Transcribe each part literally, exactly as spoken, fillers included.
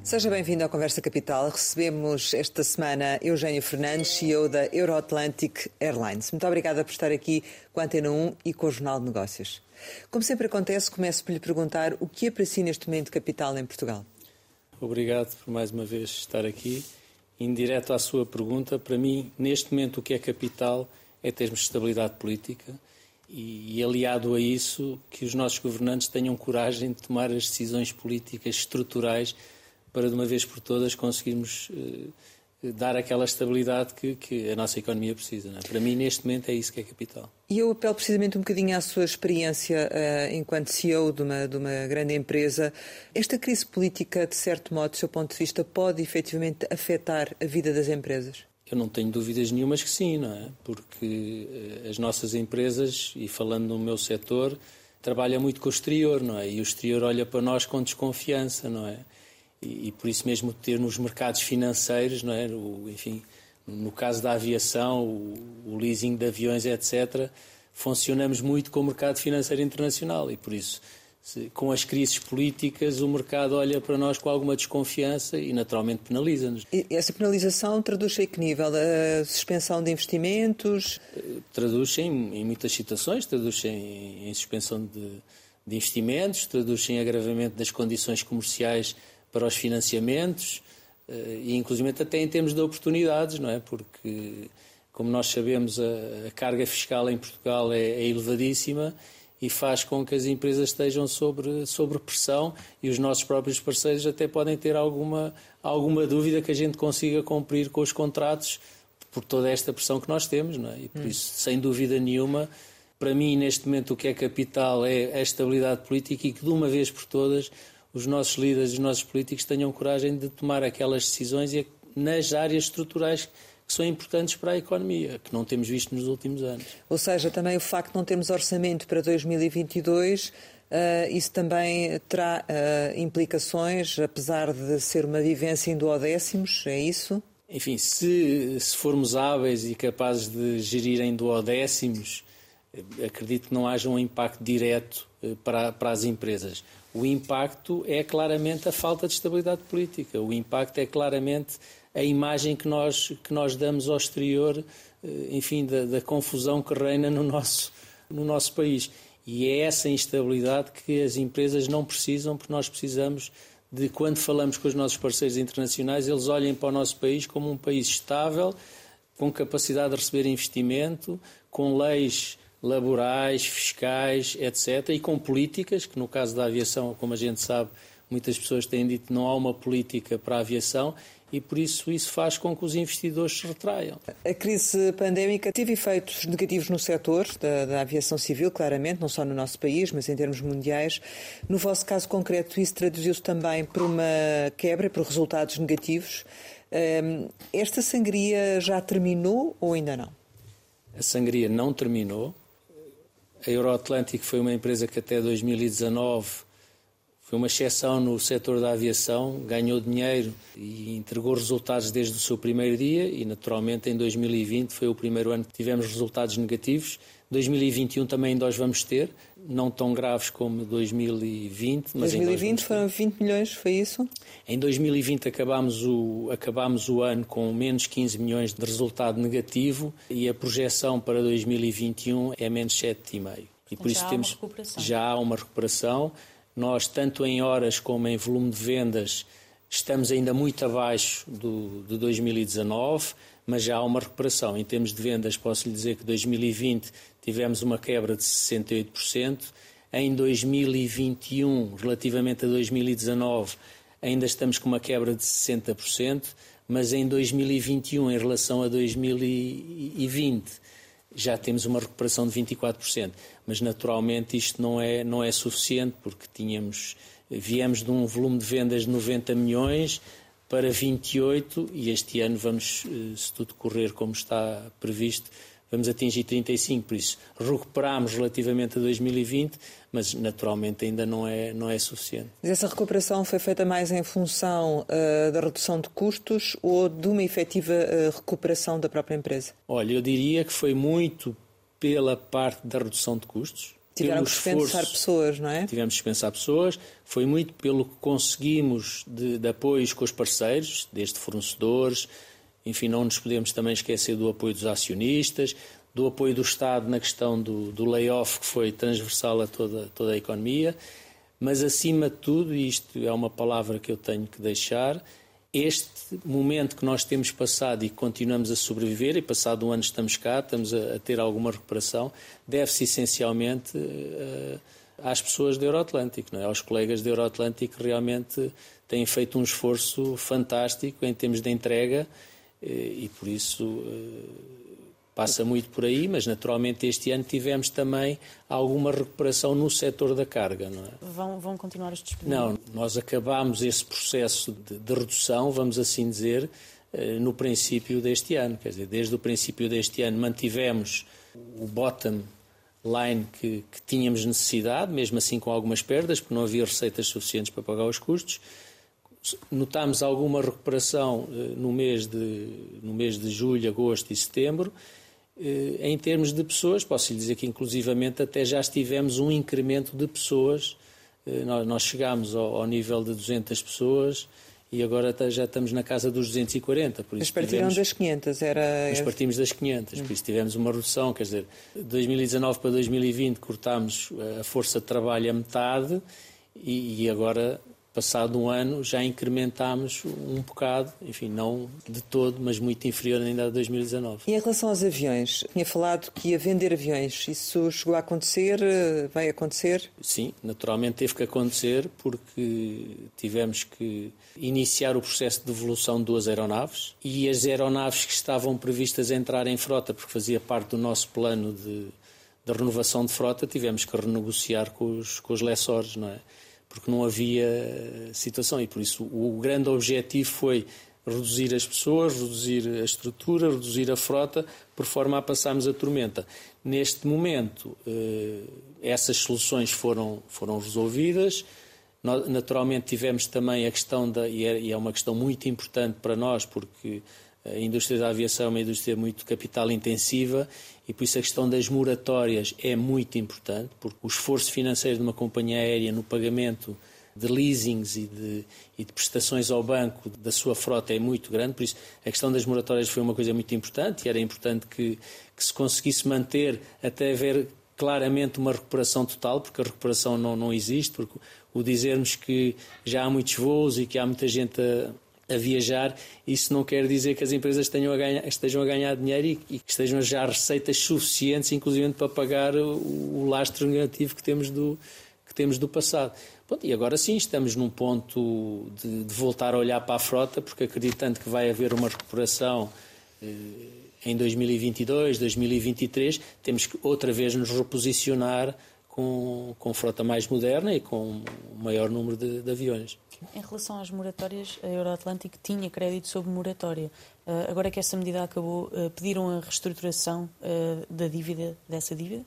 Seja bem-vindo à Conversa Capital. Recebemos esta semana Eugénio Fernandes, C E O da Euroatlantic Airlines. Muito obrigada por estar aqui com a Antena um e com o Jornal de Negócios. Como sempre acontece, começo por lhe perguntar o que é para si neste momento capital em Portugal? Obrigado por mais uma vez estar aqui. Em direto à sua pergunta, para mim, neste momento, o que é capital é termos estabilidade política e, e aliado a isso, que os nossos governantes tenham coragem de tomar as decisões políticas estruturais para, de uma vez por todas, conseguirmos eh, dar aquela estabilidade que, que a nossa economia precisa. Não é? Para mim, neste momento, é isso que é capital. E eu apelo precisamente um bocadinho à sua experiência uh, enquanto C E O de uma, de uma grande empresa. Esta crise política, de certo modo, do seu ponto de vista, pode efetivamente afetar a vida das empresas? Eu não tenho dúvidas nenhumas que sim, não é? Porque uh, as nossas empresas, e falando no meu setor, trabalham muito com o exterior, não é? E o exterior olha para nós com desconfiança, não é? E, e por isso mesmo ter nos mercados financeiros, não é? O, enfim, no caso da aviação, o, o leasing de aviões, etcétera, funcionamos muito com o mercado financeiro internacional e por isso, se, com as crises políticas, o mercado olha para nós com alguma desconfiança e naturalmente penaliza-nos. E essa penalização traduz-se em que nível? A suspensão de investimentos? Traduz-se em, em muitas situações, traduz-se em, em suspensão de, de investimentos, traduz-se em agravamento das condições comerciais para os financiamentos e inclusive até em termos de oportunidades, não é? Porque, como nós sabemos, a, a carga fiscal em Portugal é, é elevadíssima e faz com que as empresas estejam sobre, sobre pressão e os nossos próprios parceiros até podem ter alguma, alguma dúvida que a gente consiga cumprir com os contratos por toda esta pressão que nós temos, não é? E por hum. isso, sem dúvida nenhuma, para mim, neste momento, o que é capital é a estabilidade política e que, de uma vez por todas, os nossos líderes, os nossos políticos tenham coragem de tomar aquelas decisões e nas áreas estruturais que são importantes para a economia, que não temos visto nos últimos anos. Ou seja, também o facto de não termos orçamento para dois mil e vinte e dois, uh, isso também terá uh, implicações, apesar de ser uma vivência em duodécimos, é isso? Enfim, se, se formos hábeis e capazes de gerir em duodécimos, acredito que não haja um impacto direto para, para as empresas. O impacto é claramente a falta de estabilidade política. O impacto é claramente a imagem que nós, que nós damos ao exterior, enfim, da, da confusão que reina no nosso, no nosso país. E é essa instabilidade que as empresas não precisam, porque nós precisamos de, quando falamos com os nossos parceiros internacionais, eles olhem para o nosso país como um país estável, com capacidade de receber investimento, com leis laborais, fiscais, etcétera, e com políticas, que no caso da aviação, como a gente sabe, muitas pessoas têm dito que não há uma política para a aviação e por isso isso faz com que os investidores se retraiam. A crise pandémica teve efeitos negativos no setor da, da aviação civil, claramente, não só no nosso país, mas em termos mundiais. No vosso caso concreto, isso traduziu-se também por uma quebra, por resultados negativos. Esta sangria já terminou ou ainda não? A sangria não terminou. A Euroatlantic foi uma empresa que até dois mil e dezanove foi uma exceção no setor da aviação, ganhou dinheiro e entregou resultados desde o seu primeiro dia e, naturalmente, em dois mil e vinte foi o primeiro ano que tivemos resultados negativos. dois mil e vinte e um também nós vamos ter, não tão graves como dois mil e vinte. Mas dois mil e vinte foram vinte milhões, foi isso? Em dois mil e vinte acabámos o, acabámos o ano com menos quinze milhões de resultado negativo e a projeção para dois mil e vinte e um é menos sete vírgula cinco. E por isso já temos, há uma recuperação. Já há uma recuperação. Nós, tanto em horas como em volume de vendas, estamos ainda muito abaixo do, de dois mil e dezanove, mas já há uma recuperação. Em termos de vendas, posso lhe dizer que em dois mil e vinte tivemos uma quebra de sessenta e oito por cento. Em dois mil e vinte e um, relativamente a dois mil e dezanove, ainda estamos com uma quebra de sessenta por cento, mas em dois mil e vinte e um, em relação a dois mil e vinte, já temos uma recuperação de vinte e quatro por cento. Mas, naturalmente, isto não é, não é suficiente, porque tínhamos, viemos de um volume de vendas de noventa milhões para vinte e oito e este ano vamos, se tudo correr como está previsto, vamos atingir trinta e cinco, por isso recuperámos relativamente a dois mil e vinte, mas naturalmente ainda não é, não é suficiente. Mas essa recuperação foi feita mais em função uh, da redução de custos ou de uma efetiva uh, recuperação da própria empresa? Olha, eu diria que foi muito pela parte da redução de custos, Tiveram que dispensar pessoas, não é? Tivemos que dispensar pessoas. Foi muito pelo que conseguimos de, de apoios com os parceiros, desde fornecedores. Enfim, não nos podemos também esquecer do apoio dos acionistas, do apoio do Estado na questão do, do layoff, que foi transversal a toda, toda a economia. Mas, acima de tudo, e isto é uma palavra que eu tenho que deixar, este momento que nós temos passado e que continuamos a sobreviver, e passado um ano estamos cá, estamos a, a ter alguma recuperação, deve-se essencialmente uh, às pessoas do Euroatlântico, não é? Aos colegas do Euroatlântico que realmente têm feito um esforço fantástico em termos de entrega uh, e por isso uh, passa muito por aí, mas naturalmente este ano tivemos também alguma recuperação no setor da carga, não é? Vão, vão continuar os despedimentos? Não, nós acabámos esse processo de, de redução, vamos assim dizer, no princípio deste ano. Quer dizer, desde o princípio deste ano mantivemos o bottom line que, que tínhamos necessidade, mesmo assim com algumas perdas, porque não havia receitas suficientes para pagar os custos. Notámos alguma recuperação no mês de, no mês de julho, agosto e setembro. Em termos de pessoas, posso lhe dizer que inclusivamente até já tivemos um incremento de pessoas. Nós chegámos ao nível de duzentas pessoas e agora já estamos na casa dos duzentos e quarenta. Por isso mas partiram tivemos... das quinhentas? Era... Mas partimos das quinhentas, por isso tivemos uma redução. Quer dizer, de dois mil e dezanove para dois mil e vinte cortámos a força de trabalho a metade e, e agora... Passado um ano, já incrementámos um bocado, enfim, não de todo, mas muito inferior ainda a dois mil e dezanove. E em relação aos aviões, tinha falado que ia vender aviões. Isso chegou a acontecer? Vai acontecer? Sim, naturalmente teve que acontecer porque tivemos que iniciar o processo de devolução de duas aeronaves e as aeronaves que estavam previstas a entrar em frota, porque fazia parte do nosso plano de, de renovação de frota, tivemos que renegociar com os, com os lessores, não é? Porque não havia situação e por isso o grande objetivo foi reduzir as pessoas, reduzir a estrutura, reduzir a frota, por forma a passarmos a tormenta. Neste momento, essas soluções foram, foram resolvidas. Naturalmente tivemos também a questão, da, e é uma questão muito importante para nós, porque a indústria da aviação é uma indústria muito capital intensiva e por isso a questão das moratórias é muito importante, porque o esforço financeiro de uma companhia aérea no pagamento de leasings e de, e de prestações ao banco da sua frota é muito grande, por isso a questão das moratórias foi uma coisa muito importante e era importante que, que se conseguisse manter até haver claramente uma recuperação total, porque a recuperação não, não existe, porque o dizermos que já há muitos voos e que há muita gente a a viajar, isso não quer dizer que as empresas tenham a ganhar, estejam a ganhar dinheiro e, e que estejam já receitas suficientes, inclusive para pagar o, o lastro negativo que temos do, que temos do passado. Bom, e agora sim, estamos num ponto de, de voltar a olhar para a frota, porque acreditando que vai haver uma recuperação eh, em dois mil e vinte e dois, dois mil e vinte e três, temos que outra vez nos reposicionar com, com frota mais moderna e com um maior número de, de aviões. Em relação às moratórias, a Euroatlântico tinha crédito sob moratória. Uh, agora que essa medida acabou, uh, pediram a reestruturação uh, da dívida, dessa dívida?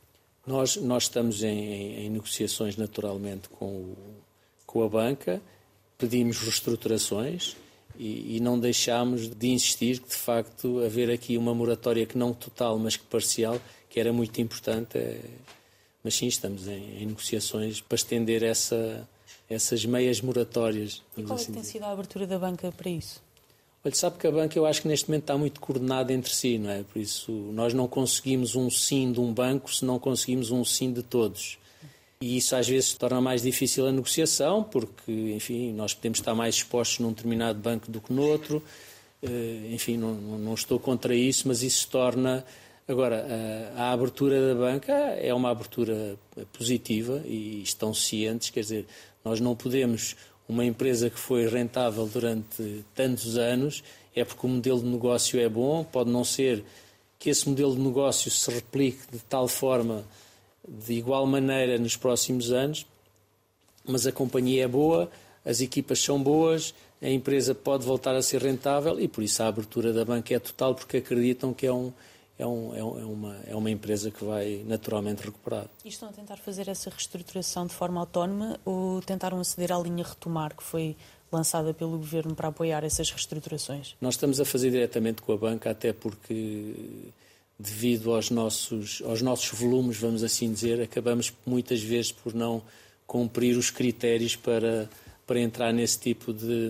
Nós, nós estamos em, em, em negociações naturalmente com, o, com a banca, pedimos reestruturações e, e não deixámos de insistir que de facto haver aqui uma moratória que não total, mas que parcial, que era muito importante. É... Mas sim, estamos em, em negociações para estender essa... essas meias moratórias. E qual é que tem sido a abertura da banca para isso? Olha, sabe que a banca eu acho que neste momento está muito coordenada entre si, não é? Por isso nós não conseguimos um sim de um banco se não conseguimos um sim de todos. E isso às vezes torna mais difícil a negociação, porque, enfim, nós podemos estar mais expostos num determinado banco do que no outro. Enfim, não, não estou contra isso, mas isso torna... Agora, a, a abertura da banca é uma abertura positiva e estão cientes, quer dizer, nós não podemos, uma empresa que foi rentável durante tantos anos, é porque o modelo de negócio é bom, pode não ser que esse modelo de negócio se replique de tal forma, de igual maneira nos próximos anos, mas a companhia é boa, as equipas são boas, a empresa pode voltar a ser rentável e por isso a abertura da banca é total, porque acreditam que é um... É, um, é, uma, é uma empresa que vai naturalmente recuperar. E estão a tentar fazer essa reestruturação de forma autónoma ou tentaram aceder à linha Retomar, que foi lançada pelo Governo para apoiar essas reestruturações? Nós estamos a fazer diretamente com a banca, até porque devido aos nossos, aos nossos volumes, vamos assim dizer, acabamos muitas vezes por não cumprir os critérios para, para entrar nesse tipo de,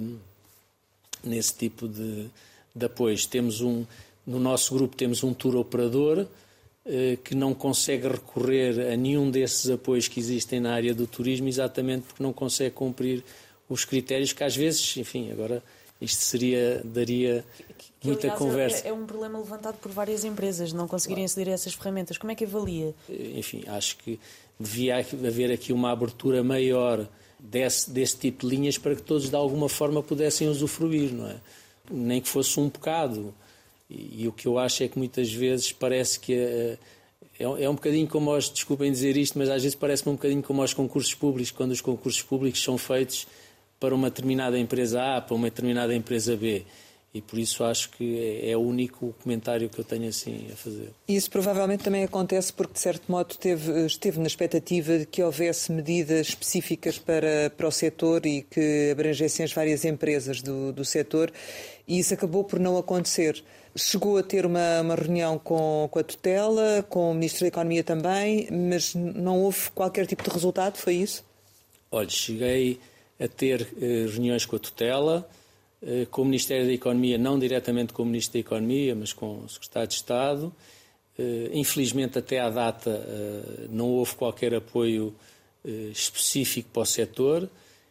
nesse tipo de, de apoios. Temos um, no nosso grupo temos um tour operador eh, que não consegue recorrer a nenhum desses apoios que existem na área do turismo, exatamente porque não consegue cumprir os critérios que às vezes, enfim, agora isto seria, daria que, muita aliás, conversa. É, é um problema levantado por várias empresas, não conseguirem aceder a essas ferramentas. Como é que avalia? Enfim, acho que devia haver aqui uma abertura maior desse, desse tipo de linhas para que todos de alguma forma pudessem usufruir, não é? Nem que fosse um bocado. E, e o que eu acho é que muitas vezes parece que é, é um bocadinho como aos, desculpem dizer isto, mas às vezes parece-me um bocadinho como aos concursos públicos, quando os concursos públicos são feitos para uma determinada empresa A, para uma determinada empresa B. E por isso acho que é o único comentário que eu tenho assim a fazer. Isso provavelmente também acontece porque, de certo modo, teve, esteve na expectativa de que houvesse medidas específicas para, para o setor e que abrangessem as várias empresas do, do setor, e isso acabou por não acontecer. Chegou a ter uma, uma reunião com, com a tutela, com o Ministro da Economia também, mas não houve qualquer tipo de resultado, foi isso? Olha, cheguei a ter eh, reuniões com a tutela, eh, com o Ministério da Economia, não diretamente com o Ministro da Economia, mas com o Secretário de Estado. Eh, infelizmente, até à data, eh, não houve qualquer apoio eh, específico para o setor.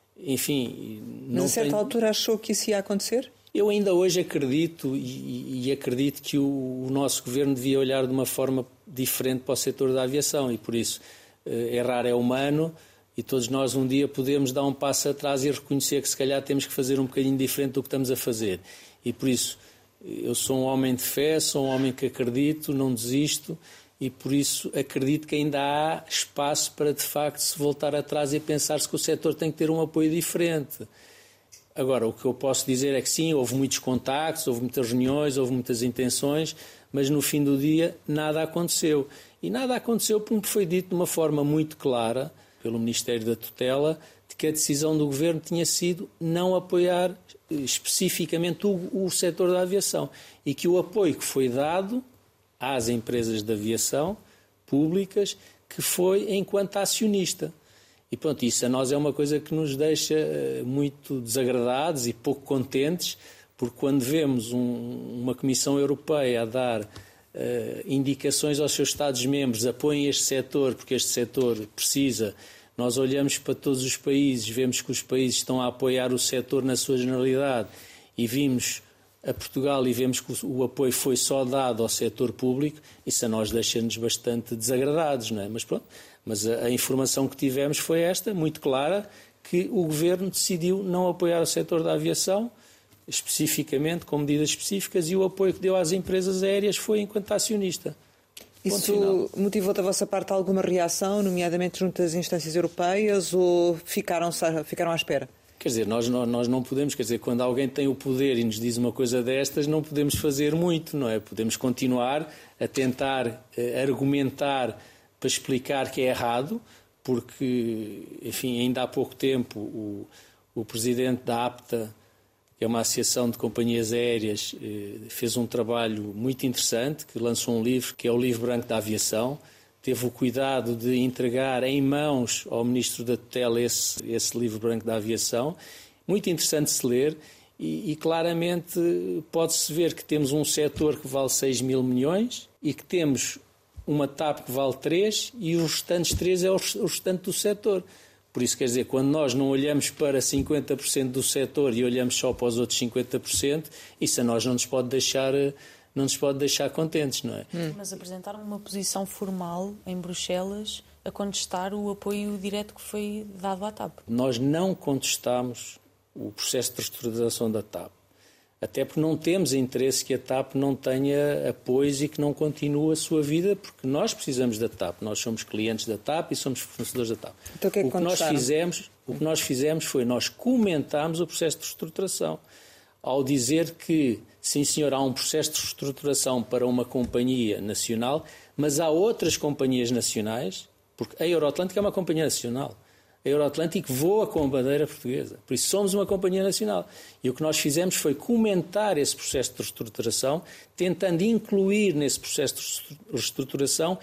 Enfim, não mas a certa tenho... altura achou que isso ia acontecer? Eu ainda hoje acredito e, e acredito que o, o nosso Governo devia olhar de uma forma diferente para o setor da aviação e, por isso, eh, errar é humano. E todos nós um dia podemos dar um passo atrás e reconhecer que se calhar temos que fazer um bocadinho diferente do que estamos a fazer. E por isso, eu sou um homem de fé, sou um homem que acredito, não desisto e por isso acredito que ainda há espaço para de facto se voltar atrás e pensar-se que o setor tem que ter um apoio diferente. Agora, o que eu posso dizer é que sim, houve muitos contactos, houve muitas reuniões, houve muitas intenções, mas no fim do dia nada aconteceu. E nada aconteceu porque foi dito de uma forma muito clara pelo Ministério da Tutela, de que a decisão do Governo tinha sido não apoiar especificamente o, o setor da aviação e que o apoio que foi dado às empresas de aviação públicas que foi enquanto acionista. E pronto, isso a nós é uma coisa que nos deixa muito desagradados e pouco contentes, porque quando vemos um, uma Comissão Europeia a dar Uh, indicações aos seus Estados-membros, apoiem este setor, porque este setor precisa. Nós olhamos para todos os países, vemos que os países estão a apoiar o setor na sua generalidade e vimos a Portugal e vemos que o, o apoio foi só dado ao setor público, isso a nós deixa-nos bastante desagradados, não é? Mas pronto, mas a, a informação que tivemos foi esta, muito clara, que o Governo decidiu não apoiar o setor da aviação, especificamente, com medidas específicas, e o apoio que deu às empresas aéreas foi enquanto acionista. Isso motivou da vossa parte alguma reação, nomeadamente junto às instâncias europeias, ou ficaram, ficaram à espera? Quer dizer, nós, nós não podemos, quer dizer, quando alguém tem o poder e nos diz uma coisa destas, não podemos fazer muito, não é? Podemos continuar a tentar eh, argumentar para explicar que é errado, porque, enfim, ainda há pouco tempo o, o presidente da APTA, que é uma associação de companhias aéreas, fez um trabalho muito interessante, que lançou um livro, que é o Livro Branco da Aviação. Teve o cuidado de entregar em mãos ao Ministro da Tutela esse, esse Livro Branco da Aviação. Muito interessante de se ler e, e claramente pode-se ver que temos um setor que vale seis mil milhões e que temos uma TAP que vale três e os restantes três é o restante do setor. Por isso, quer dizer, quando nós não olhamos para cinquenta por cento do setor e olhamos só para os outros cinquenta por cento, isso a nós não nos pode deixar, não nos pode deixar contentes, não é? Hum. Mas apresentaram uma posição formal em Bruxelas a contestar o apoio direto que foi dado à TAP. Nós não contestamos o processo de reestruturação da TAP. Até porque não temos interesse que a TAP não tenha apoios e que não continue a sua vida, porque nós precisamos da TAP. Nós somos clientes da TAP e somos fornecedores da TAP. Então, o que é que o que nós fizemos, o que nós fizemos foi nós comentámos o processo de reestruturação. Ao dizer que, sim senhor, há um processo de reestruturação para uma companhia nacional, mas há outras companhias nacionais, porque a Euroatlântica é uma companhia nacional. a Euroatlântico voa com a bandeira portuguesa. Por isso somos uma companhia nacional. E o que nós fizemos foi comentar esse processo de reestruturação, tentando incluir nesse processo de reestruturação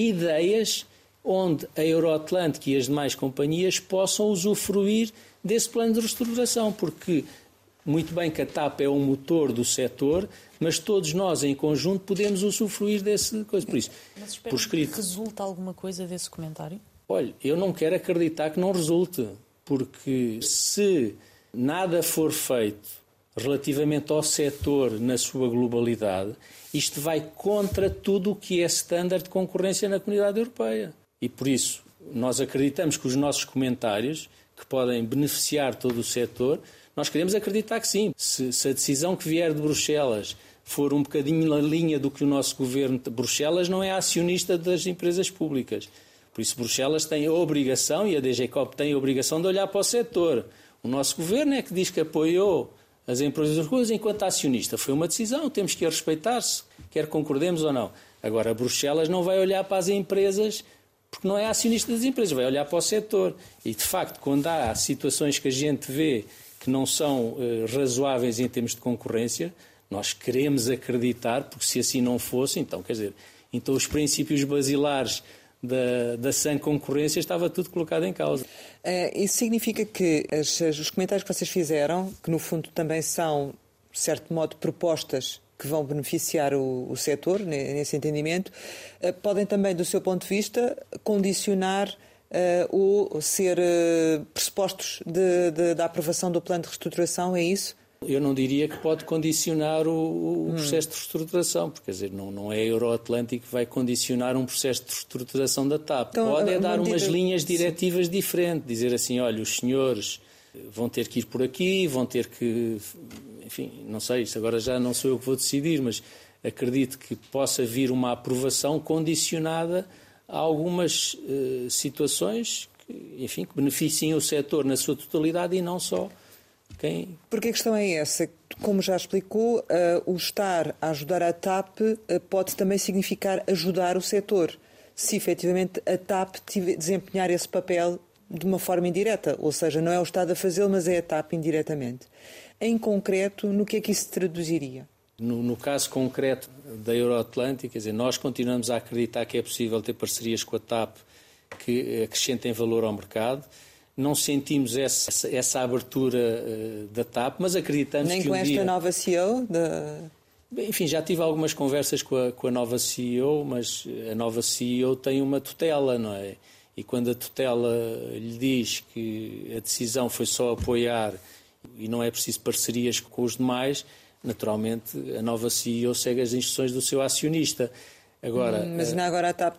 ideias onde a Euroatlântico e as demais companhias possam usufruir desse plano de reestruturação, porque muito bem que a TAP é o motor do setor, mas todos nós em conjunto podemos usufruir desse coisa. Por isso, mas espero por escrito, que resulta alguma coisa desse comentário? Olha, eu não quero acreditar que não resulte, porque se nada for feito relativamente ao setor na sua globalidade, isto vai contra tudo o que é standard de concorrência na Comunidade Europeia. E por isso, nós acreditamos que os nossos comentários, que podem beneficiar todo o setor, nós queremos acreditar que sim. Se, se a decisão que vier de Bruxelas for um bocadinho na linha do que o nosso governo... Bruxelas não é acionista das empresas públicas. Por isso, Bruxelas tem a obrigação, e a D G C O P tem a obrigação de olhar para o setor. O nosso governo é que diz que apoiou as empresas públicas enquanto acionista. Foi uma decisão, temos que a respeitar-se, quer concordemos ou não. Agora, Bruxelas não vai olhar para as empresas, porque não é acionista das empresas, vai olhar para o setor. E, de facto, quando há situações que a gente vê que não são uh, razoáveis em termos de concorrência, nós queremos acreditar, porque se assim não fosse, então, quer dizer, então os princípios basilares da, da sã concorrência estava tudo colocado em causa. Uh, isso significa que as, os comentários que vocês fizeram, que no fundo também são, de certo modo, propostas que vão beneficiar o, o setor, nesse entendimento, uh, podem também, do seu ponto de vista, condicionar uh, ou ser uh, pressupostos de, de, da aprovação do plano de reestruturação, é isso? Eu não diria que pode condicionar o, o hum. processo de reestruturação, porque quer dizer, não, não é a Euroatlântico que vai condicionar um processo de reestruturação da TAP. Então, pode é dar umas linhas diretivas sim. diferentes, dizer assim, olha, os senhores vão ter que ir por aqui, vão ter que... Enfim, não sei, isso agora já não sou eu que vou decidir, mas acredito que possa vir uma aprovação condicionada a algumas uh, situações que, enfim, que beneficiem o setor na sua totalidade e não só quem... Porque a questão é essa, como já explicou, uh, o estar a ajudar a TAP uh, pode também significar ajudar o setor, se efetivamente a TAP tiver, desempenhar esse papel de uma forma indireta, ou seja, não é o Estado a fazê-lo, mas é a TAP indiretamente. Em concreto, no que é que isso se traduziria? No, no caso concreto da Euroatlântica, quer dizer, nós continuamos a acreditar que é possível ter parcerias com a TAP que acrescentem valor ao mercado. Não sentimos essa, essa abertura uh, da TAP, mas acreditamos Nem que com um esta dia... nova C E O? Da... Bem, enfim, já tive algumas conversas com a, com a nova C E O, mas a nova C E O tem uma tutela, não é? E quando a tutela lhe diz que a decisão foi só apoiar e não é preciso parcerias com os demais, naturalmente a nova C E O segue as instruções do seu acionista. Agora, Mas uh... agora a TAP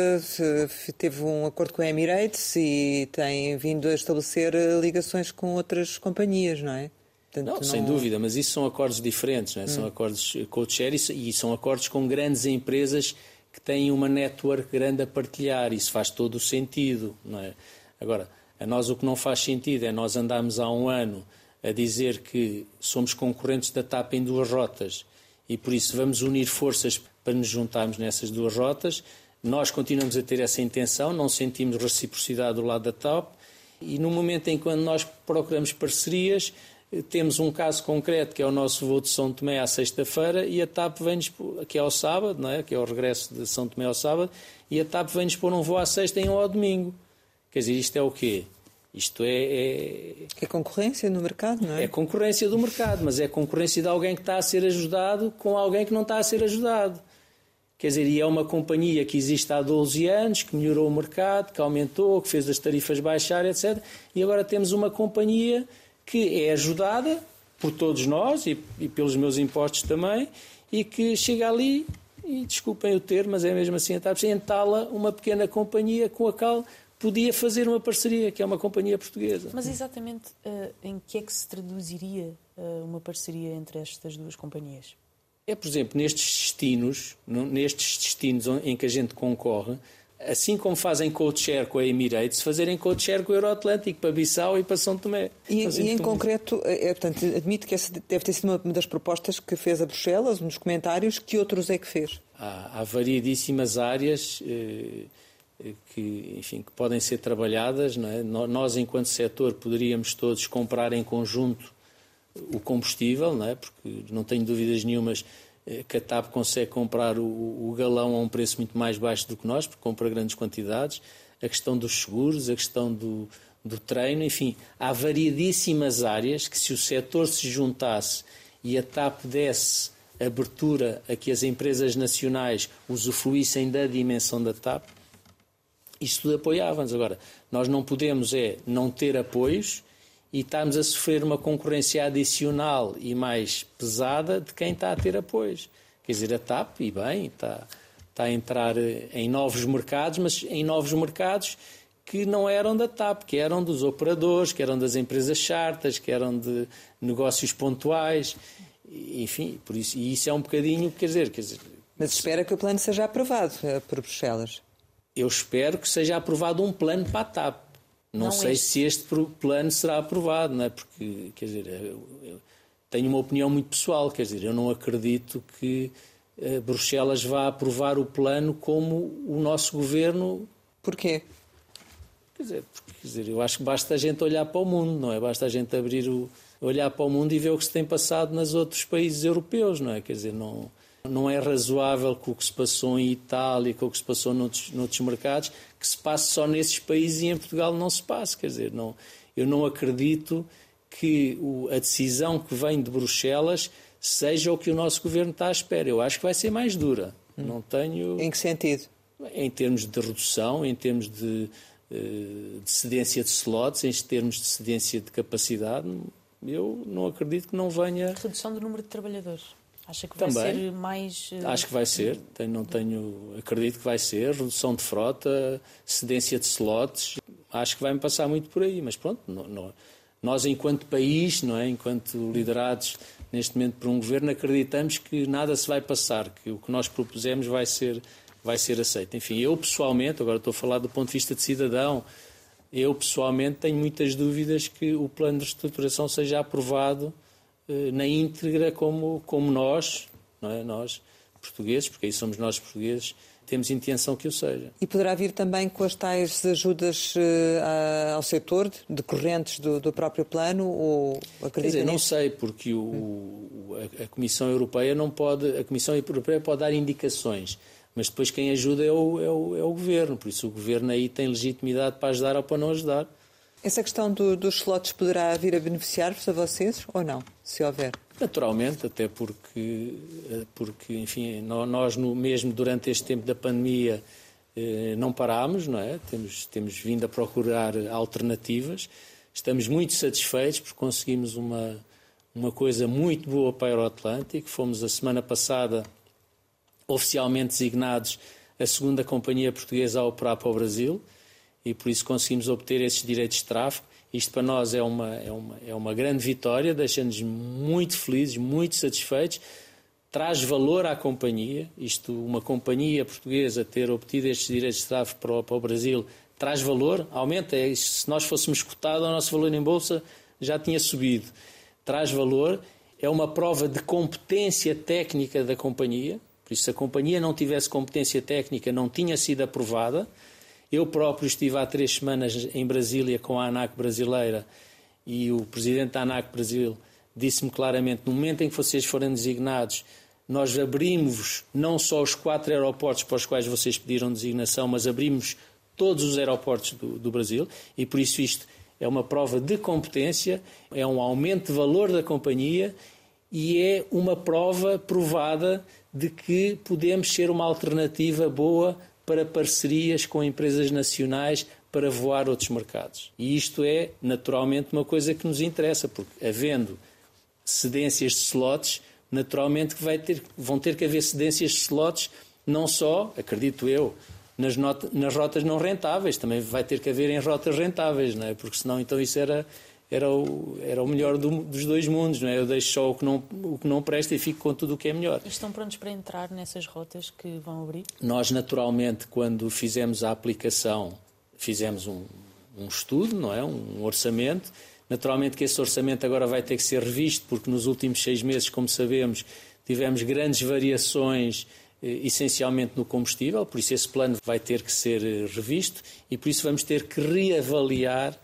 teve um acordo com a Emirates e tem vindo a estabelecer ligações com outras companhias, não é? Portanto, não, não... Sem dúvida, mas isso são acordos diferentes, não é? Hum. São acordos co-share e são acordos com grandes empresas que têm uma network grande a partilhar. Isso faz todo o sentido, não é? Agora, a nós o que não faz sentido é nós andarmos há um ano a dizer que somos concorrentes da TAP em duas rotas e por isso vamos unir forças para nos juntarmos nessas duas rotas. Nós continuamos a ter essa intenção, não sentimos reciprocidade do lado da TAP e no momento em que nós procuramos parcerias, temos um caso concreto que é o nosso voo de São Tomé à sexta-feira e a TAP vem-nos, que é ao sábado, não é? Que é o regresso de São Tomé ao sábado, e a TAP vem-nos pôr um voo à sexta e um ao domingo. Quer dizer, isto é o quê? Isto é, é... É concorrência no mercado, não é? É concorrência do mercado, mas é concorrência de alguém que está a ser ajudado com alguém que não está a ser ajudado. Quer dizer, e é uma companhia que existe há doze anos, que melhorou o mercado, que aumentou, que fez as tarifas baixar, etcétera. E agora temos uma companhia que é ajudada por todos nós e, e pelos meus impostos também, e que chega ali, e desculpem o termo, mas é mesmo assim, entala uma pequena companhia com a qual podia fazer uma parceria, que é uma companhia portuguesa. Mas exatamente uh, em que é que se traduziria uh, uma parceria entre estas duas companhias? É, por exemplo, nestes destinos, nestes destinos em que a gente concorre, assim como fazem code-share com a Emirates, fazerem code-share com o Euroatlântico, para Bissau e para São Tomé. E, e em concreto, é, portanto, admito que essa deve ter sido uma das propostas que fez a Bruxelas, um dos comentários, que outros é que fez? Há, há variedíssimas áreas. Eh, que, enfim, que podem ser trabalhadas, não é? Nós, enquanto setor, poderíamos todos comprar em conjunto o combustível, não é? Porque não tenho dúvidas nenhumas que a TAP consegue comprar o, o galão a um preço muito mais baixo do que nós, porque compra grandes quantidades. A questão dos seguros, a questão do, do treino, enfim, há variedíssimas áreas que, se o setor se juntasse e a TAP desse abertura a que as empresas nacionais usufruíssem da dimensão da TAP, isto tudo apoiava-nos. Agora, nós não podemos é não ter apoios e estamos a sofrer uma concorrência adicional e mais pesada de quem está a ter apoios. Quer dizer, a TAP, e bem, está, está a entrar em novos mercados, mas em novos mercados que não eram da TAP, que eram dos operadores, que eram das empresas chartas, que eram de negócios pontuais, enfim, por isso, e isso é um bocadinho, quer dizer... Quer dizer mas espera que o plano seja aprovado por Bruxelas. Eu espero que seja aprovado um plano para a TAP. Não, não sei este. se este plano será aprovado, não é? Porque, quer dizer, eu, eu tenho uma opinião muito pessoal, quer dizer, eu não acredito que uh, Bruxelas vá aprovar o plano como o nosso governo... Porquê? Quer dizer, porque, quer dizer, eu acho que basta a gente olhar para o mundo, não é? Basta a gente abrir o... olhar para o mundo e ver o que se tem passado nos outros países europeus, não é? Quer dizer, não... Não é razoável com o que se passou em Itália, com o que se passou noutros, noutros mercados, que se passe só nesses países e em Portugal não se passe. Quer dizer, não, eu não acredito que o, a decisão que vem de Bruxelas seja o que o nosso governo está à espera. Eu acho que vai ser mais dura. Hum. Não tenho... Em que sentido? Em termos de redução, em termos de, de cedência de slots, em termos de cedência de capacidade, eu não acredito que não venha... Redução do número de trabalhadores. Acha que vai Também, ser mais... Uh... Acho que vai ser, tenho, não tenho, acredito que vai ser, redução de frota, cedência de slots, acho que vai-me passar muito por aí, mas pronto, não, não, nós enquanto país, não é, enquanto liderados neste momento por um governo, acreditamos que nada se vai passar, que o que nós propusemos vai ser, vai ser aceito. Enfim, eu pessoalmente, agora estou a falar do ponto de vista de cidadão, eu pessoalmente tenho muitas dúvidas que o plano de reestruturação seja aprovado na íntegra como, como nós, não é? Nós, portugueses, porque aí somos nós portugueses, temos intenção que o seja. E poderá vir também com as tais ajudas uh, ao setor, decorrentes do, do próprio plano, ou acredita Quer dizer, nisso? não sei, porque o, o, a, a Comissão Europeia não pode, a Comissão Europeia pode dar indicações, mas depois quem ajuda é o, é o, é o Governo, por isso o Governo aí tem legitimidade para ajudar ou para não ajudar. Essa questão do, dos slots poderá vir a beneficiar-vos a vocês ou não, se houver? Naturalmente, até porque, porque enfim, nós no, mesmo durante este tempo da pandemia não parámos, não é? Temos, temos vindo a procurar alternativas. Estamos muito satisfeitos porque conseguimos uma, uma coisa muito boa para a Euroatlântico. Fomos a semana passada oficialmente designados a segunda companhia portuguesa a operar para o Brasil. E por isso conseguimos obter esses direitos de tráfego. Isto para nós é uma, é uma, é uma grande vitória, deixa-nos muito felizes, muito satisfeitos, traz valor à companhia. Isto, uma companhia portuguesa ter obtido estes direitos de tráfego para o, para o Brasil, traz valor, aumenta. Se nós fôssemos cotados, o nosso valor em bolsa já tinha subido. Traz valor, é uma prova de competência técnica da companhia. Por isso, se a companhia não tivesse competência técnica, não tinha sido aprovada. Eu próprio estive há três semanas em Brasília com a ANAC brasileira e o presidente da ANAC Brasil disse-me claramente, no momento em que vocês forem designados, nós abrimos não só os quatro aeroportos para os quais vocês pediram designação, mas abrimos todos os aeroportos do, do Brasil e por isso isto é uma prova de competência, é um aumento de valor da companhia e é uma prova provada de que podemos ser uma alternativa boa para parcerias com empresas nacionais para voar outros mercados. E isto é, naturalmente, uma coisa que nos interessa, porque havendo cedências de slots, naturalmente que vai ter, vão ter que haver cedências de slots, não só, acredito eu, nas, not, nas rotas não rentáveis, também vai ter que haver em rotas rentáveis, não é? Porque senão então isso era, era, o, era o melhor do, dos dois mundos, não é? Eu deixo só o que, não, o que não presta e fico com tudo o que é melhor. E estão prontos para entrar nessas rotas que vão abrir? Nós, naturalmente, quando fizemos a aplicação, fizemos um, um estudo, não é? Um orçamento. Naturalmente que esse orçamento agora vai ter que ser revisto, porque nos últimos seis meses, como sabemos, tivemos grandes variações essencialmente no combustível, por isso esse plano vai ter que ser revisto e por isso vamos ter que reavaliar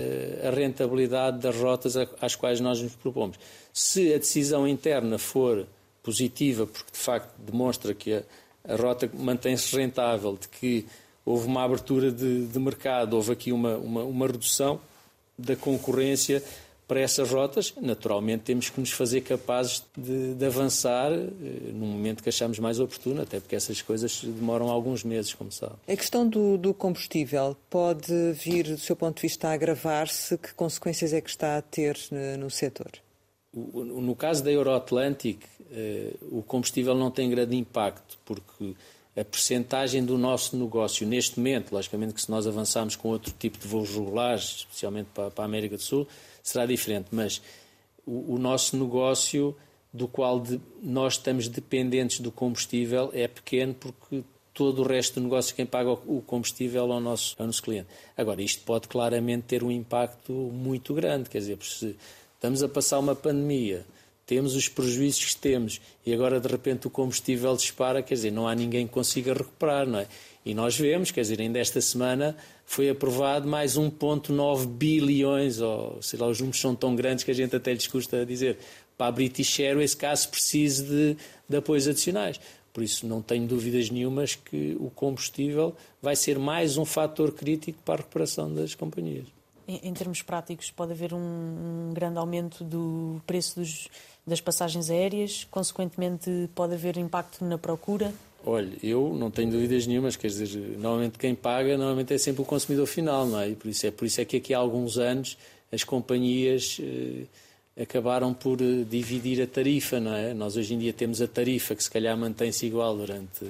a rentabilidade das rotas às quais nós nos propomos. Se a decisão interna for positiva, porque de facto demonstra que a, a rota mantém-se rentável, de que houve uma abertura de, de mercado, houve aqui uma, uma, uma redução da concorrência para essas rotas, naturalmente temos que nos fazer capazes de, de avançar eh, no momento que achamos mais oportuno, até porque essas coisas demoram alguns meses, como sabe. A questão do, do combustível pode vir, do seu ponto de vista, a agravar-se? Que consequências é que está a ter no, no setor? O, no caso da Euroatlantic, eh, o combustível não tem grande impacto, porque a percentagem do nosso negócio neste momento, logicamente que se nós avançarmos com outro tipo de voos regulares, especialmente para, para a América do Sul, será diferente, mas o, o nosso negócio, do qual de, nós estamos dependentes do combustível, é pequeno porque todo o resto do negócio, quem paga o combustível é o nosso, é o nosso cliente. Agora, isto pode claramente ter um impacto muito grande, quer dizer, se estamos a passar uma pandemia, temos os prejuízos que temos e agora de repente o combustível dispara, quer dizer, não há ninguém que consiga recuperar, não é? E nós vemos, quer dizer, ainda esta semana foi aprovado mais um vírgula nove bilhões, ou sei lá, os números são tão grandes que a gente até lhes custa dizer, para a British Airways, caso precise de, de apoios adicionais. Por isso não tenho dúvidas nenhumas que o combustível vai ser mais um fator crítico para a recuperação das companhias. Em, em termos práticos, pode haver um, um grande aumento do preço dos, das passagens aéreas, consequentemente pode haver impacto na procura? Olha, eu não tenho dúvidas nenhumas, quer dizer, normalmente quem paga normalmente é sempre o consumidor final, não é? E por isso é por isso é que aqui há alguns anos as companhias eh, acabaram por eh, dividir a tarifa, não é? Nós hoje em dia temos a tarifa que se calhar mantém-se igual durante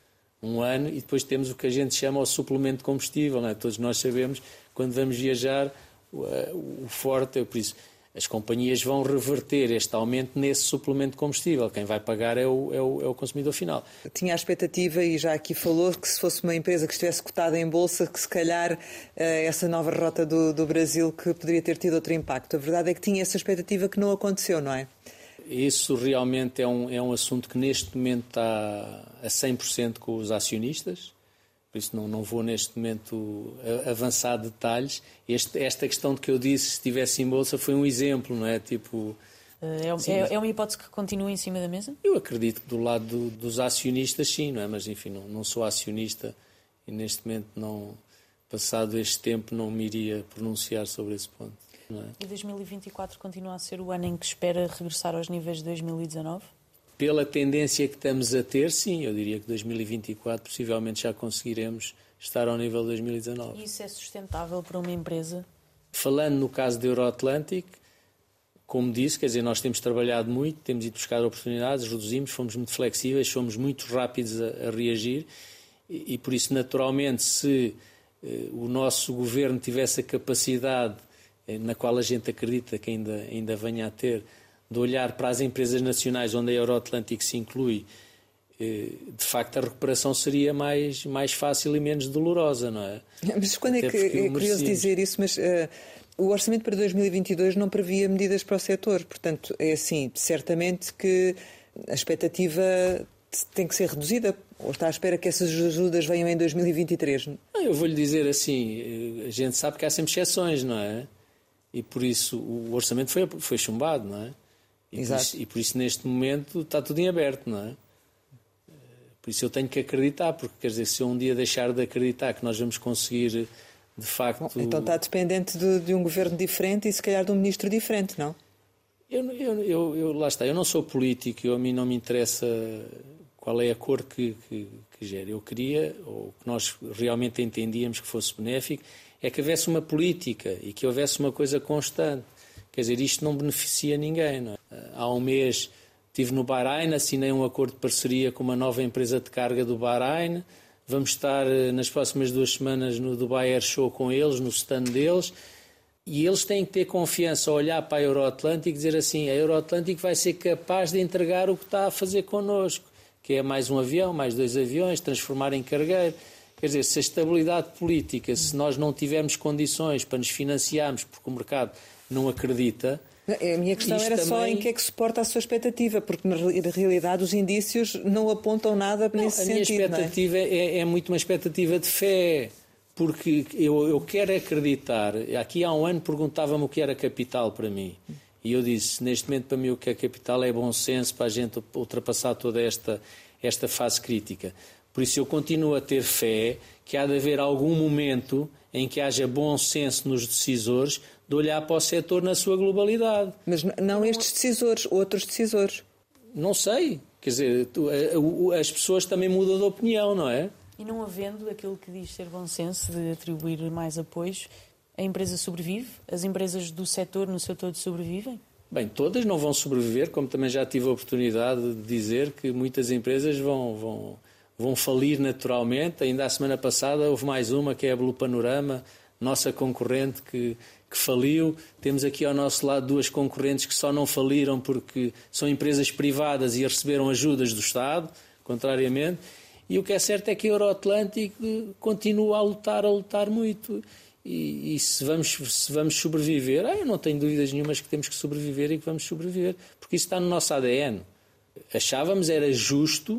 um ano e depois temos o que a gente chama o suplemento de combustível, não é? Todos nós sabemos, quando vamos viajar, o, o forte, por isso as companhias vão reverter este aumento nesse suplemento de combustível. Quem vai pagar é o, é o, é o consumidor final. Tinha a expectativa, e já aqui falou, que se fosse uma empresa que estivesse cotada em bolsa, que se calhar essa nova rota do, do Brasil que poderia ter tido outro impacto. A verdade é que tinha essa expectativa que não aconteceu, não é? Isso realmente é um, é um assunto que neste momento está a cem por cento com os acionistas. Por isso não, não vou neste momento avançar detalhes. Este, esta questão de que eu disse, se estivesse em bolsa, foi um exemplo, não é? Tipo, é, sim, é, é uma hipótese que continua em cima da mesa? Eu acredito que do lado do, dos acionistas sim, não é? Mas enfim, não, não sou acionista e neste momento, não, passado este tempo, não me iria pronunciar sobre esse ponto. Não é? E dois mil e vinte e quatro continua a ser o ano em que espera regressar aos níveis de dois mil e dezanove? Pela tendência que estamos a ter, sim, eu diria que dois mil e vinte e quatro possivelmente já conseguiremos estar ao nível de dois mil e dezanove. E isso é sustentável para uma empresa? Falando no caso da Euroatlantic, como disse, quer dizer, nós temos trabalhado muito, temos ido buscar oportunidades, reduzimos, fomos muito flexíveis, fomos muito rápidos a, a reagir e, e por isso, naturalmente, se eh, o nosso governo tivesse a capacidade, eh, na qual a gente acredita que ainda, ainda venha a ter, de olhar para as empresas nacionais onde a Euroatlantic se inclui, de facto a recuperação seria mais, mais fácil e menos dolorosa, não é? Mas quando Até é que é curioso dizer isso, mas uh, o orçamento para dois mil e vinte e dois não previa medidas para o setor, portanto é assim, certamente que a expectativa tem que ser reduzida, ou está à espera que essas ajudas venham em dois mil e vinte e três? Não, eu vou-lhe dizer assim, a gente sabe que há sempre exceções, não é? E por isso o orçamento foi, foi chumbado, não é? E por, isso, e por isso, neste momento, está tudo em aberto, não é? Por isso eu tenho que acreditar, porque, quer dizer, se eu um dia deixar de acreditar que nós vamos conseguir, de facto... Bom, então está dependente de, de um governo diferente e, se calhar, de um ministro diferente, não? Eu, eu, eu, eu, lá está, eu não sou político, eu, a mim não me interessa qual é a cor que, que, que gera. Eu queria, ou que nós realmente entendíamos que fosse benéfico, é que houvesse uma política e que houvesse uma coisa constante. Quer dizer, isto não beneficia ninguém, não é? Há um mês estive no Bahrein, assinei um acordo de parceria com uma nova empresa de carga do Bahrein. Vamos estar nas próximas duas semanas no Dubai Air Show com eles, no stand deles. E eles têm que ter confiança, olhar para a Euroatlantic e dizer assim, a Euroatlantic vai ser capaz de entregar o que está a fazer connosco, que é mais um avião, mais dois aviões, transformar em cargueiro. Quer dizer, se a estabilidade política, se nós não tivermos condições para nos financiarmos, porque o mercado não acredita. A minha questão Isto era também... só em que é que suporta a sua expectativa, porque na realidade os indícios não apontam nada não, nesse a sentido. A minha expectativa é? É, é muito uma expectativa de fé, porque eu, eu quero acreditar. Aqui há um ano perguntava-me o que era capital para mim. E eu disse, neste momento para mim o que é capital é bom senso para a gente ultrapassar toda esta, esta fase crítica. Por isso eu continuo a ter fé que há de haver algum momento em que haja bom senso nos decisores de olhar para o setor na sua globalidade. Mas não estes decisores, outros decisores. Não sei. Quer dizer, as pessoas também mudam de opinião, não é? E não havendo aquilo que diz ser bom senso de atribuir mais apoios, a empresa sobrevive? As empresas do setor, no seu todo, sobrevivem? Bem, todas não vão sobreviver, como também já tive a oportunidade de dizer que muitas empresas vão, vão, vão falir naturalmente. Ainda a semana passada houve mais uma, que é a Blue Panorama, nossa concorrente que, que faliu. Temos aqui ao nosso lado duas concorrentes que só não faliram porque são empresas privadas e receberam ajudas do Estado, contrariamente. E o que é certo é que a Euroatlântico continua a lutar, a lutar muito. E, e se, vamos, se vamos sobreviver, ah, eu não tenho dúvidas nenhumas que temos que sobreviver e que vamos sobreviver, porque isso está no nosso A D N. Achávamos era justo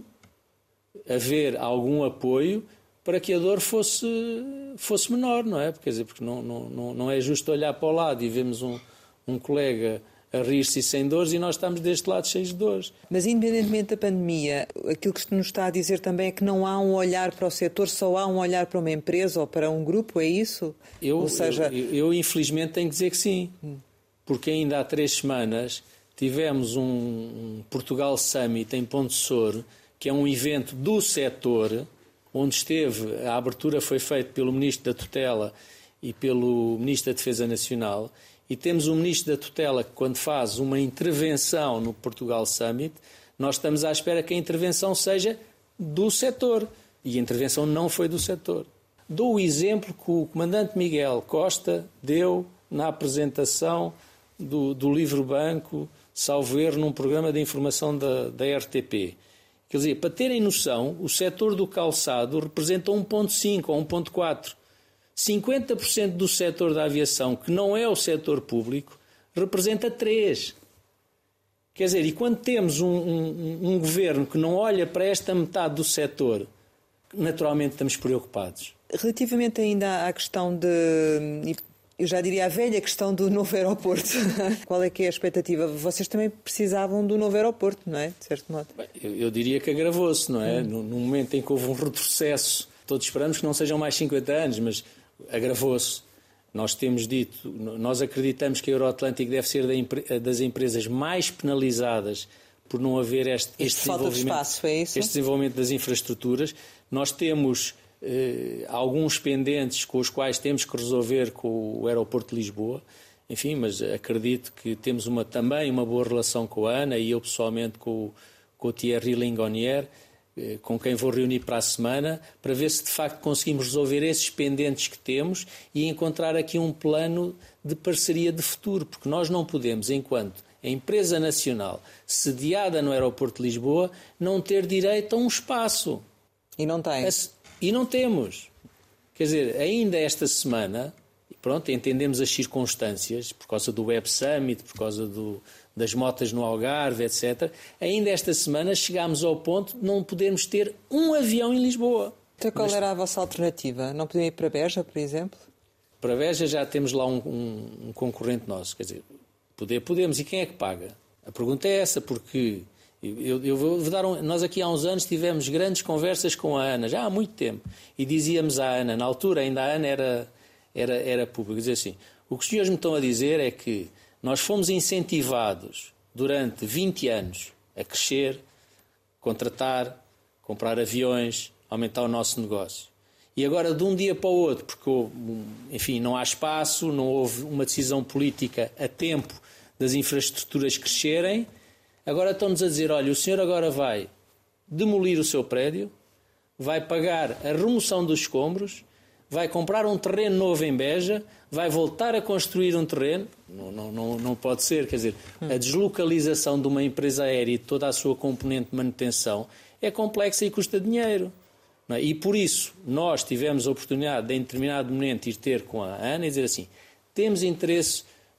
haver algum apoio para que a dor fosse, fosse menor, não é? Porque, quer dizer, porque não, não, não é justo olhar para o lado e vemos um, um colega a rir-se sem dores e nós estamos deste lado cheios de dores. Mas independentemente da pandemia, aquilo que nos está a dizer também é que não há um olhar para o setor, só há um olhar para uma empresa ou para um grupo, é isso? Eu, ou seja... eu, eu, eu infelizmente tenho que dizer que sim, porque ainda há três semanas tivemos um, um Portugal Summit em Ponte Sor, que é um evento do setor, onde esteve, a abertura foi feita pelo Ministro da Tutela e pelo Ministro da Defesa Nacional, e temos o Ministro da Tutela que, quando faz uma intervenção no Portugal Summit, nós estamos à espera que a intervenção seja do setor. E a intervenção não foi do setor. Dou o exemplo que o Comandante Miguel Costa deu na apresentação do, do Livro Banco, salvo erro, num programa de informação da, da R T P. Quer dizer, para terem noção, o setor do calçado representa um vírgula cinco ou um vírgula quatro. cinquenta por cento do setor da aviação, que não é o setor público, representa três por cento. Quer dizer, e quando temos um, um, um governo que não olha para esta metade do setor, naturalmente estamos preocupados. Relativamente ainda à questão de... Eu já diria a velha questão do novo aeroporto. Qual é que é a expectativa? Vocês também precisavam do novo aeroporto, não é? De certo modo. Bem, eu, eu diria que agravou-se, não é? Hum. No, no momento em que houve um retrocesso, todos esperamos que não sejam mais cinquenta anos, mas agravou-se. Nós temos dito, nós acreditamos que a Euroatlântico deve ser das empresas mais penalizadas por não haver este, este, falta de espaço, é isso? Este desenvolvimento das infraestruturas. Nós temos eh, alguns pendentes com os quais temos que resolver com o aeroporto de Lisboa, enfim, mas acredito que temos uma, também uma boa relação com a ANA e eu pessoalmente com o, com o Thierry Lingonier, com quem vou reunir para a semana, para ver se de facto conseguimos resolver esses pendentes que temos e encontrar aqui um plano de parceria de futuro, porque nós não podemos, enquanto a empresa nacional sediada no aeroporto de Lisboa, não ter direito a um espaço. E não tem. E não temos. Quer dizer, ainda esta semana, pronto, entendemos as circunstâncias, por causa do Web Summit, por causa do... das motas no Algarve, etcétera. Ainda esta semana chegámos ao ponto de não podermos ter um avião em Lisboa. Então qual Mas, era a vossa alternativa? Não podiam ir para Beja, por exemplo? Para Beja já temos lá um, um, um concorrente nosso. Quer dizer, poder podemos. E quem é que paga? A pergunta é essa, porque eu, eu vou dar um, nós aqui há uns anos tivemos grandes conversas com a ANA, já há muito tempo, e dizíamos à ANA, na altura ainda a ANA era, era, era pública, dizer assim, o que os senhores me estão a dizer é que nós fomos incentivados durante vinte anos a crescer, contratar, comprar aviões, aumentar o nosso negócio. E agora, de um dia para o outro, porque enfim, não há espaço, não houve uma decisão política a tempo das infraestruturas crescerem, agora estão-nos a dizer, olha, o senhor agora vai demolir o seu prédio, vai pagar a remoção dos escombros, vai comprar um terreno novo em Beja, vai voltar a construir um terreno. Não, não, não, não pode ser. Quer dizer, a deslocalização de uma empresa aérea e toda a sua componente de manutenção é complexa e custa dinheiro. Não é? E por isso nós tivemos a oportunidade de, em determinado momento, ir ter com a ANA e dizer assim, temos interesse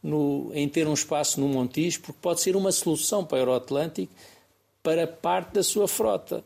no, em ter um espaço no Montijo, porque pode ser uma solução para o Euroatlântico, para parte da sua frota.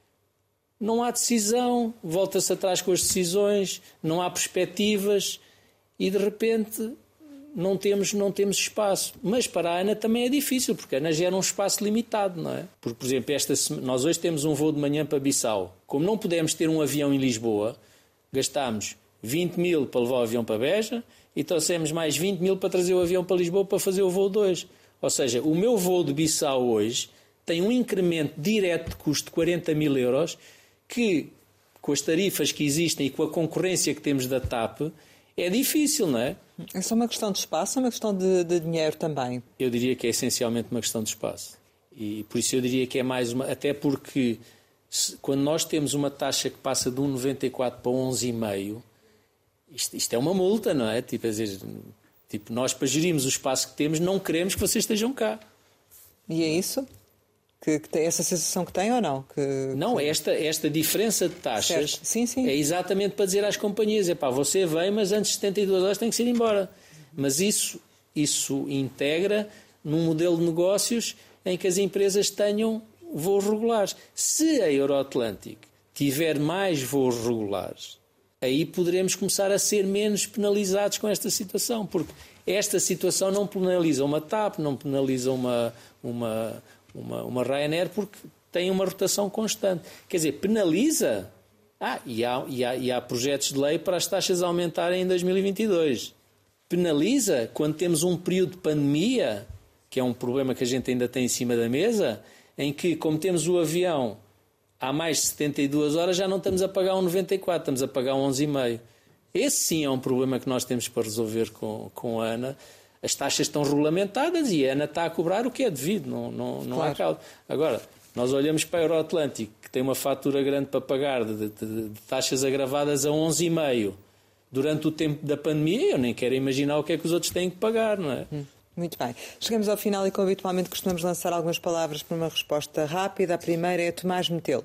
Não há decisão, volta-se atrás com as decisões, não há perspectivas e, de repente, não temos, não temos espaço. Mas para a ANA também é difícil, porque a ANA gera um espaço limitado, não é? Porque, por exemplo, esta semana, nós hoje temos um voo de manhã para Bissau. Como não pudemos ter um avião em Lisboa, gastámos vinte mil para levar o avião para Beja e trouxemos mais vinte mil para trazer o avião para Lisboa para fazer o voo dois. Ou seja, o meu voo de Bissau hoje tem um incremento direto de custo de quarenta mil euros que, com as tarifas que existem e com a concorrência que temos da TAP, é difícil, não é? É só uma questão de espaço ou uma questão de, de dinheiro também? Eu diria que é essencialmente uma questão de espaço. E por isso eu diria que é mais uma... Até porque se, quando nós temos uma taxa que passa de um vírgula noventa e quatro para onze vírgula cinco, isto, isto é uma multa, não é? Tipo, dizer, tipo, nós para gerirmos o espaço que temos não queremos que vocês estejam cá. E é isso? Que, que tem essa sensação que tem ou não? Que, não, que... Esta, esta diferença de taxas sim, sim. é exatamente para dizer às companhias, epá, você vem, mas antes de setenta e duas horas tem que ir embora. Mas isso, isso integra num modelo de negócios em que as empresas tenham voos regulares. Se a Euroatlântico tiver mais voos regulares, aí poderemos começar a ser menos penalizados com esta situação, porque esta situação não penaliza uma TAP, não penaliza uma... uma Uma, uma Ryanair porque tem uma rotação constante. Quer dizer, penaliza. Ah, e há, e, há, e há projetos de lei para as taxas aumentarem em dois mil e vinte e dois. Penaliza quando temos um período de pandemia, que é um problema que a gente ainda tem em cima da mesa, em que, como temos o avião há mais de setenta e duas horas, já não estamos a pagar um noventa e quatro, estamos a pagar um onze vírgula cinco. Esse sim é um problema que nós temos para resolver com, com a ANA. As taxas estão regulamentadas e a ANA está a cobrar o que é devido, não, não, não claro. há causa. Agora, nós olhamos para a Euroatlântico, que tem uma fatura grande para pagar de, de, de taxas agravadas a onze vírgula cinco durante o tempo da pandemia, eu nem quero imaginar o que é que os outros têm que pagar, não é? Hum, muito bem. Chegamos ao final e, como habitualmente, costumamos lançar algumas palavras para uma resposta rápida. A primeira é Tomás Metelo.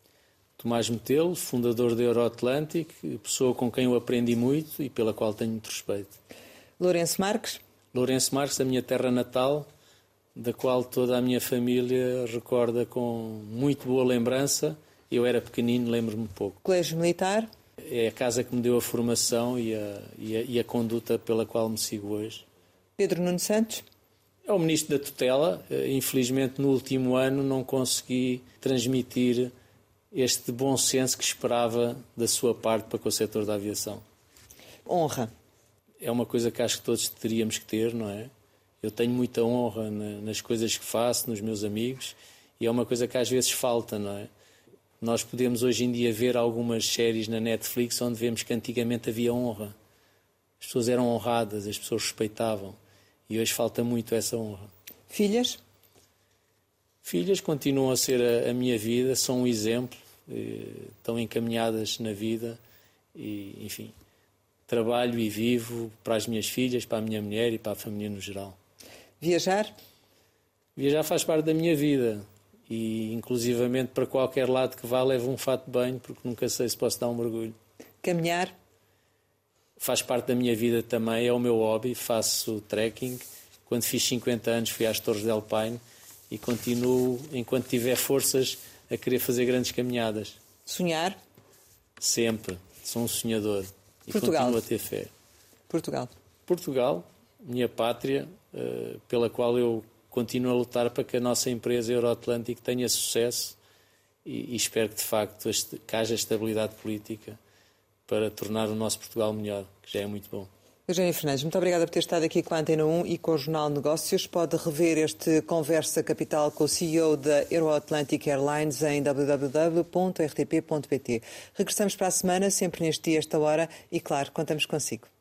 Tomás Metelo, fundador da Euroatlântico, pessoa com quem eu aprendi muito e pela qual tenho muito respeito. Lourenço Marques. Lourenço Marques, a minha terra natal, da qual toda a minha família recorda com muito boa lembrança. Eu era pequenino, lembro-me pouco. Colégio Militar. É a casa que me deu a formação e a, e a, e a conduta pela qual me sigo hoje. Pedro Nuno Santos. É o ministro da tutela. Infelizmente, no último ano, não consegui transmitir este bom senso que esperava da sua parte para com o setor da aviação. Honra. É uma coisa que acho que todos teríamos que ter, não é? Eu tenho muita honra nas coisas que faço, nos meus amigos, e é uma coisa que às vezes falta, não é? Nós podemos hoje em dia ver algumas séries na Netflix onde vemos que antigamente havia honra. As pessoas eram honradas, as pessoas respeitavam, e hoje falta muito essa honra. Filhas? Filhas continuam a ser a, a minha vida, são um exemplo, eh, estão encaminhadas na vida, e enfim... Trabalho e vivo para as minhas filhas, para a minha mulher e para a família no geral. Viajar? Viajar faz parte da minha vida e, inclusivamente, para qualquer lado que vá, levo um fato de banho, porque nunca sei se posso dar um mergulho. Caminhar? Faz parte da minha vida também, é o meu hobby, faço trekking. Quando fiz cinquenta anos fui às Torres de Alpine e continuo, enquanto tiver forças, a querer fazer grandes caminhadas. Sonhar? Sempre. Sou um sonhador. E Portugal. continuo a ter fé. Portugal. Portugal, minha pátria, uh, pela qual eu continuo a lutar para que a nossa empresa Euroatlântico tenha sucesso e, e espero que, de facto, este, que haja estabilidade política para tornar o nosso Portugal melhor, que já é muito bom. Eugénio Fernandes, muito obrigada por ter estado aqui com a Antena um e com o Jornal Negócios. Pode rever este Conversa Capital com o C E O da Euroatlantic Airlines em w w w ponto r t p ponto p t. Regressamos para a semana, sempre neste dia, esta hora, e claro, contamos consigo.